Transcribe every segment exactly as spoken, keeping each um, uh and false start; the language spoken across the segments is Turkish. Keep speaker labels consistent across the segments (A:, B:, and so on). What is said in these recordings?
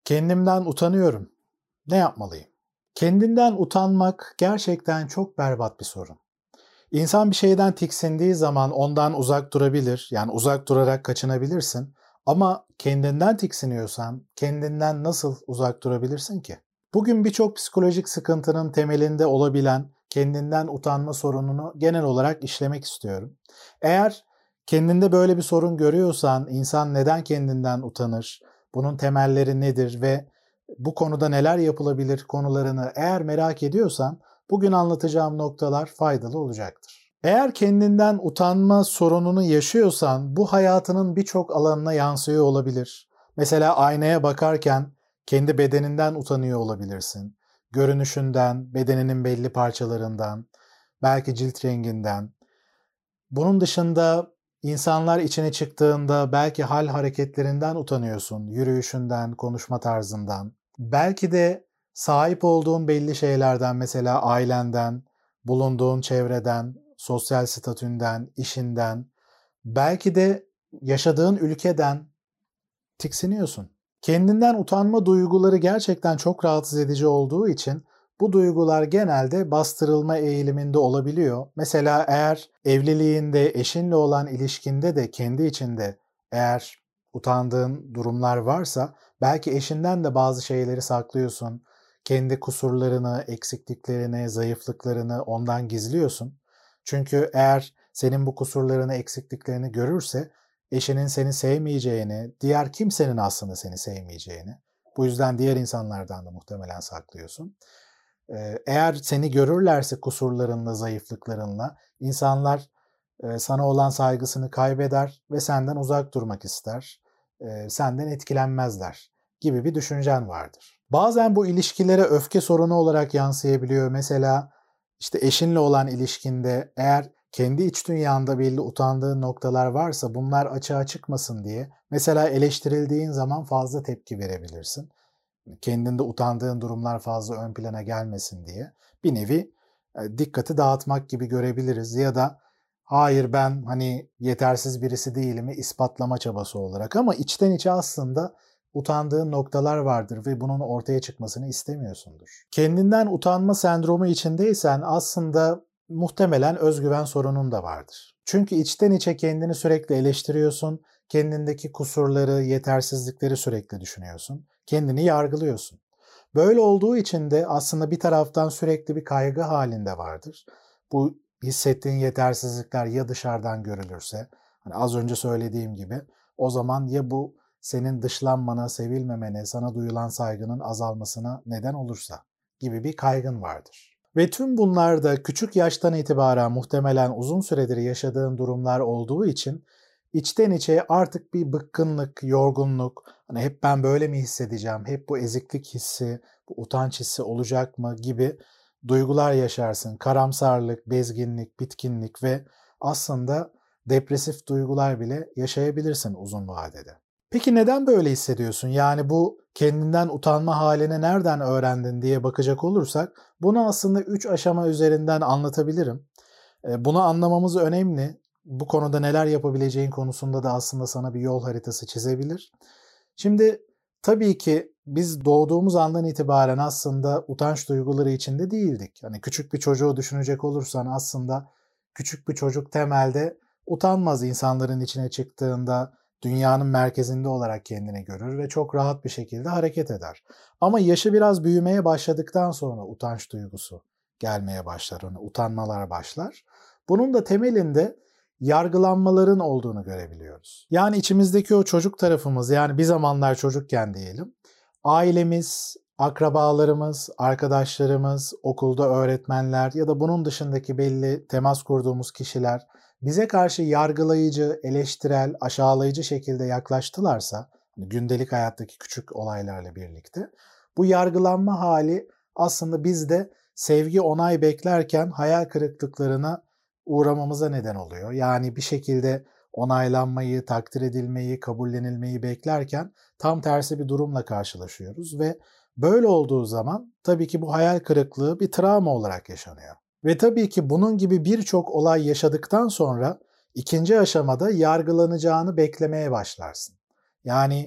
A: Kendimden utanıyorum. Ne yapmalıyım? Kendinden utanmak gerçekten çok berbat bir sorun. İnsan bir şeyden tiksindiği zaman ondan uzak durabilir. Yani uzak durarak kaçınabilirsin. Ama kendinden tiksiniyorsan kendinden nasıl uzak durabilirsin ki? Bugün birçok psikolojik sıkıntının temelinde olabilen kendinden utanma sorununu genel olarak işlemek istiyorum. Eğer kendinde böyle bir sorun görüyorsan, insan neden kendinden utanır, bunun temelleri nedir ve bu konuda neler yapılabilir konularını eğer merak ediyorsan, bugün anlatacağım noktalar faydalı olacaktır. Eğer kendinden utanma sorununu yaşıyorsan, bu hayatının birçok alanına yansıyor olabilir. Mesela aynaya bakarken kendi bedeninden utanıyor olabilirsin. Görünüşünden, bedeninin belli parçalarından, belki cilt renginden. Bunun dışında insanlar içine çıktığında belki hal hareketlerinden utanıyorsun, yürüyüşünden, konuşma tarzından. Belki de sahip olduğun belli şeylerden, mesela ailenden, bulunduğun çevreden, sosyal statünden, işinden, belki de yaşadığın ülkeden tiksiniyorsun. Kendinden utanma duyguları gerçekten çok rahatsız edici olduğu için bu duygular genelde bastırılma eğiliminde olabiliyor. Mesela eğer evliliğinde, eşinle olan ilişkinde de kendi içinde eğer utandığın durumlar varsa belki eşinden de bazı şeyleri saklıyorsun. Kendi kusurlarını, eksikliklerini, zayıflıklarını ondan gizliyorsun. Çünkü eğer senin bu kusurlarını, eksikliklerini görürse eşinin seni sevmeyeceğini, diğer kimsenin aslında seni sevmeyeceğini, bu yüzden diğer insanlardan da muhtemelen saklıyorsun. Eğer seni görürlerse kusurlarınla, zayıflıklarınla, insanlar sana olan saygısını kaybeder ve senden uzak durmak ister, senden etkilenmezler gibi bir düşüncen vardır. Bazen bu ilişkilere öfke sorunu olarak yansıyabiliyor. Mesela işte eşinle olan ilişkinde eğer kendi iç dünyanda belli utandığın noktalar varsa bunlar açığa çıkmasın diye mesela eleştirildiğin zaman fazla tepki verebilirsin. Kendinde utandığın durumlar fazla ön plana gelmesin diye bir nevi dikkati dağıtmak gibi görebiliriz ya da hayır ben hani yetersiz birisi değilimi ispatlama çabası olarak, ama içten içe aslında utandığın noktalar vardır ve bunun ortaya çıkmasını istemiyorsundur. Kendinden utanma sendromu içindeysen aslında muhtemelen özgüven sorunun da vardır. Çünkü içten içe kendini sürekli eleştiriyorsun, kendindeki kusurları, yetersizlikleri sürekli düşünüyorsun, kendini yargılıyorsun. Böyle olduğu için de aslında bir taraftan sürekli bir kaygı halinde vardır. Bu hissettiğin yetersizlikler ya dışarıdan görülürse, hani az önce söylediğim gibi, o zaman ya bu senin dışlanmana, sevilmemene, sana duyulan saygının azalmasına neden olursa gibi bir kaygın vardır. Ve tüm bunlar da küçük yaştan itibaren muhtemelen uzun süredir yaşadığın durumlar olduğu için içten içe artık bir bıkkınlık, yorgunluk, hani hep ben böyle mi hissedeceğim, hep bu eziklik hissi, bu utanç hissi olacak mı gibi duygular yaşarsın. Karamsarlık, bezginlik, bitkinlik ve aslında depresif duygular bile yaşayabilirsin uzun vadede. Peki neden böyle hissediyorsun? Yani bu kendinden utanma halini nereden öğrendin diye bakacak olursak bunu aslında üç aşama üzerinden anlatabilirim. Bunu anlamamız önemli. Bu konuda neler yapabileceğin konusunda da aslında sana bir yol haritası çizebilir. Şimdi tabii ki biz doğduğumuz andan itibaren aslında utanç duyguları içinde değildik. Hani küçük bir çocuğu düşünecek olursan aslında küçük bir çocuk temelde utanmaz, insanların içine çıktığında dünyanın merkezinde olarak kendini görür ve çok rahat bir şekilde hareket eder. Ama yaşı biraz büyümeye başladıktan sonra utanç duygusu gelmeye başlar, hani utanmalar başlar. Bunun da temelinde yargılanmaların olduğunu görebiliyoruz. Yani içimizdeki o çocuk tarafımız, yani bir zamanlar çocukken diyelim, ailemiz, akrabalarımız, arkadaşlarımız, okulda öğretmenler ya da bunun dışındaki belli temas kurduğumuz kişiler bize karşı yargılayıcı, eleştirel, aşağılayıcı şekilde yaklaştılarsa, gündelik hayattaki küçük olaylarla birlikte, bu yargılanma hali aslında bizde sevgi, onay beklerken hayal kırıklıklarına uğramamıza neden oluyor. Yani bir şekilde onaylanmayı, takdir edilmeyi, kabullenilmeyi beklerken tam tersi bir durumla karşılaşıyoruz ve böyle olduğu zaman tabii ki bu hayal kırıklığı bir travma olarak yaşanıyor. Ve tabii ki bunun gibi birçok olay yaşadıktan sonra ikinci aşamada yargılanacağını beklemeye başlarsın. Yani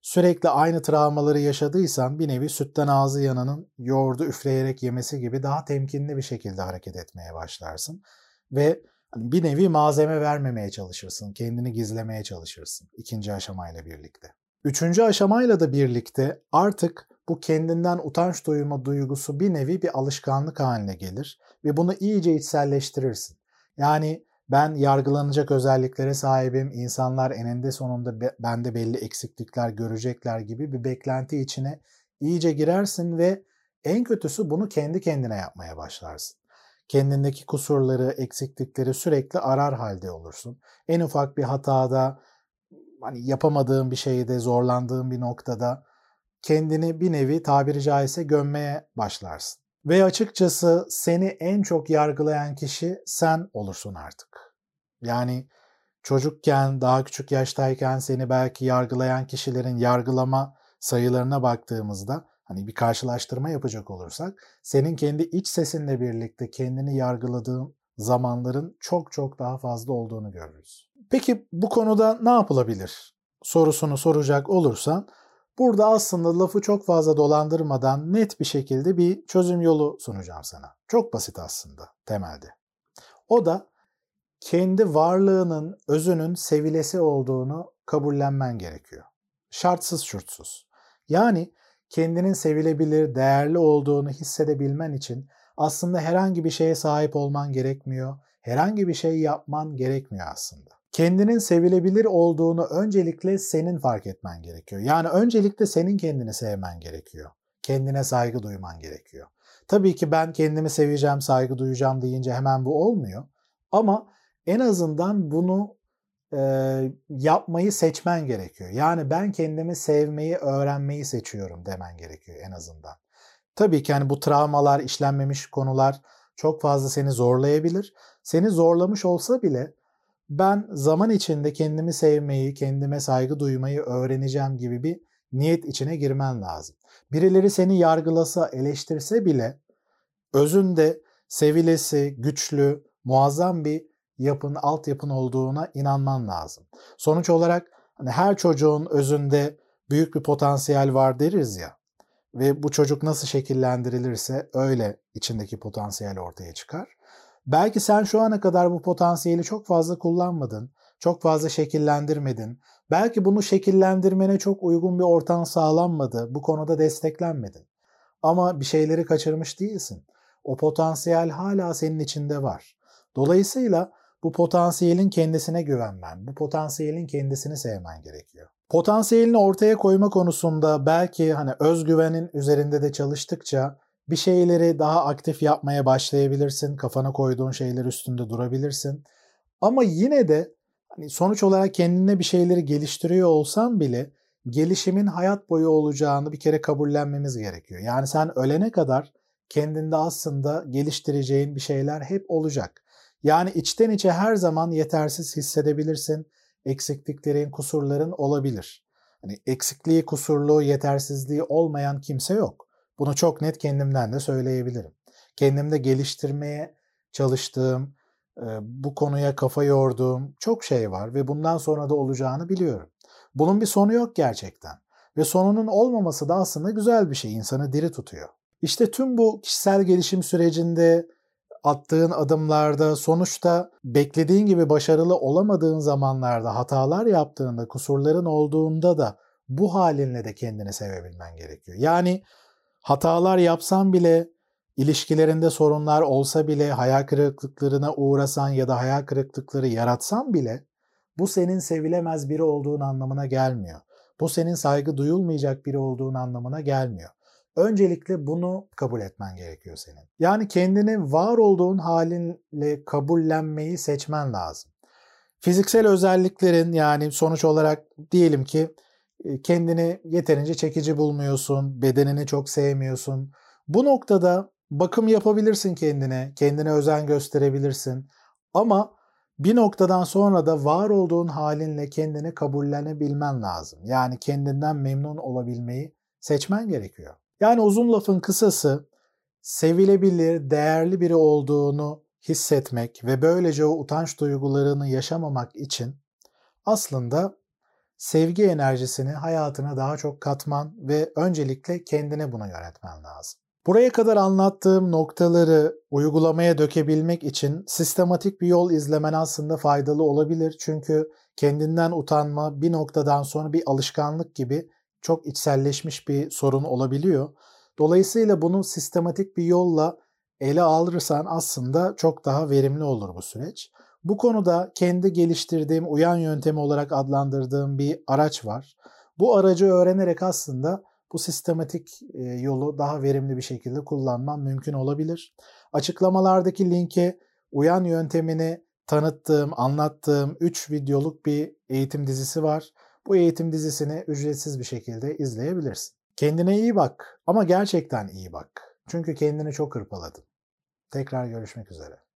A: sürekli aynı travmaları yaşadıysan bir nevi sütten ağzı yananın yoğurdu üfleyerek yemesi gibi daha temkinli bir şekilde hareket etmeye başlarsın. Ve bir nevi malzeme vermemeye çalışırsın, kendini gizlemeye çalışırsın ikinci aşamayla birlikte. Üçüncü aşamayla da birlikte artık bu kendinden utanç duyma duygusu bir nevi bir alışkanlık haline gelir ve bunu iyice içselleştirirsin. Yani ben yargılanacak özelliklere sahibim, insanlar eninde sonunda be, bende belli eksiklikler görecekler gibi bir beklenti içine iyice girersin ve en kötüsü bunu kendi kendine yapmaya başlarsın. Kendindeki kusurları, eksiklikleri sürekli arar halde olursun. En ufak bir hatada, hani yapamadığın bir şeyde, zorlandığın bir noktada kendini bir nevi tabiri caizse gömmeye başlarsın. Ve açıkçası seni en çok yargılayan kişi sen olursun artık. Yani çocukken, daha küçük yaştayken seni belki yargılayan kişilerin yargılama sayılarına baktığımızda, hani bir karşılaştırma yapacak olursak, senin kendi iç sesinle birlikte kendini yargıladığın zamanların çok çok daha fazla olduğunu görürüz. Peki bu konuda ne yapılabilir sorusunu soracak olursan, burada aslında lafı çok fazla dolandırmadan net bir şekilde bir çözüm yolu sunacağım sana. Çok basit aslında temelde. O da kendi varlığının, özünün sevilesi olduğunu kabullenmen gerekiyor. Şartsız şurtsuz. Yani kendinin sevilebilir, değerli olduğunu hissedebilmen için aslında herhangi bir şeye sahip olman gerekmiyor. Herhangi bir şey yapman gerekmiyor aslında. Kendinin sevilebilir olduğunu öncelikle senin fark etmen gerekiyor. Yani öncelikle senin kendini sevmen gerekiyor. Kendine saygı duyman gerekiyor. Tabii ki ben kendimi seveceğim, saygı duyacağım deyince hemen bu olmuyor. Ama en azından bunu e, yapmayı seçmen gerekiyor. Yani ben kendimi sevmeyi, öğrenmeyi seçiyorum demen gerekiyor en azından. Tabii ki hani bu travmalar, işlenmemiş konular çok fazla seni zorlayabilir. Seni zorlamış olsa bile ben zaman içinde kendimi sevmeyi, kendime saygı duymayı öğreneceğim gibi bir niyet içine girmen lazım. Birileri seni yargılasa, eleştirse bile özünde sevilesi, güçlü, muazzam bir yapın, altyapın olduğuna inanman lazım. Sonuç olarak hani her çocuğun özünde büyük bir potansiyel var deriz ya ve bu çocuk nasıl şekillendirilirse öyle içindeki potansiyel ortaya çıkar. Belki sen şu ana kadar bu potansiyeli çok fazla kullanmadın, çok fazla şekillendirmedin. Belki bunu şekillendirmene çok uygun bir ortam sağlanmadı, bu konuda desteklenmedin. Ama bir şeyleri kaçırmış değilsin. O potansiyel hala senin içinde var. Dolayısıyla bu potansiyelin kendisine güvenmen, bu potansiyelin kendisini sevmen gerekiyor. Potansiyelini ortaya koyma konusunda belki hani özgüvenin üzerinde de çalıştıkça bir şeyleri daha aktif yapmaya başlayabilirsin. Kafana koyduğun şeyler üstünde durabilirsin. Ama yine de hani sonuç olarak kendine bir şeyleri geliştiriyor olsan bile gelişimin hayat boyu olacağını bir kere kabullenmemiz gerekiyor. Yani sen ölene kadar kendinde aslında geliştireceğin bir şeyler hep olacak. Yani içten içe her zaman yetersiz hissedebilirsin. Eksikliklerin, kusurların olabilir. Hani eksikliği, kusurluğu, yetersizliği olmayan kimse yok. Bunu çok net kendimden de söyleyebilirim. Kendimde geliştirmeye çalıştığım, bu konuya kafa yorduğum çok şey var ve bundan sonra da olacağını biliyorum. Bunun bir sonu yok gerçekten. Ve sonunun olmaması da aslında güzel bir şey. İnsanı diri tutuyor. İşte tüm bu kişisel gelişim sürecinde attığın adımlarda sonuçta beklediğin gibi başarılı olamadığın zamanlarda, hatalar yaptığında, kusurların olduğunda da bu halinle de kendini sevebilmen gerekiyor. Yani hatalar yapsan bile, ilişkilerinde sorunlar olsa bile, hayal kırıklıklarına uğrasan ya da hayal kırıklıkları yaratsan bile bu senin sevilemez biri olduğun anlamına gelmiyor. Bu senin saygı duyulmayacak biri olduğun anlamına gelmiyor. Öncelikle bunu kabul etmen gerekiyor senin. Yani kendini var olduğun halinle kabullenmeyi seçmen lazım. Fiziksel özelliklerin, yani sonuç olarak diyelim ki kendini yeterince çekici bulmuyorsun, bedenini çok sevmiyorsun. Bu noktada bakım yapabilirsin kendine, kendine özen gösterebilirsin. Ama bir noktadan sonra da var olduğun halinle kendini kabullenebilmen lazım. Yani kendinden memnun olabilmeyi seçmen gerekiyor. Yani uzun lafın kısası, sevilebilir, değerli biri olduğunu hissetmek ve böylece o utanç duygularını yaşamamak için aslında sevgi enerjisini hayatına daha çok katman ve öncelikle kendine bunu yönetmen lazım. Buraya kadar anlattığım noktaları uygulamaya dökebilmek için sistematik bir yol izlemen aslında faydalı olabilir. Çünkü kendinden utanma bir noktadan sonra bir alışkanlık gibi çok içselleşmiş bir sorun olabiliyor. Dolayısıyla bunu sistematik bir yolla ele alırsan aslında çok daha verimli olur bu süreç. Bu konuda kendi geliştirdiğim uyan yöntemi olarak adlandırdığım bir araç var. Bu aracı öğrenerek aslında bu sistematik yolu daha verimli bir şekilde kullanmam mümkün olabilir. Açıklamalardaki linke uyan yöntemini tanıttığım, anlattığım üç videoluk bir eğitim dizisi var. Bu eğitim dizisini ücretsiz bir şekilde izleyebilirsin. Kendine iyi bak ama gerçekten iyi bak. Çünkü kendini çok hırpaladın. Tekrar görüşmek üzere.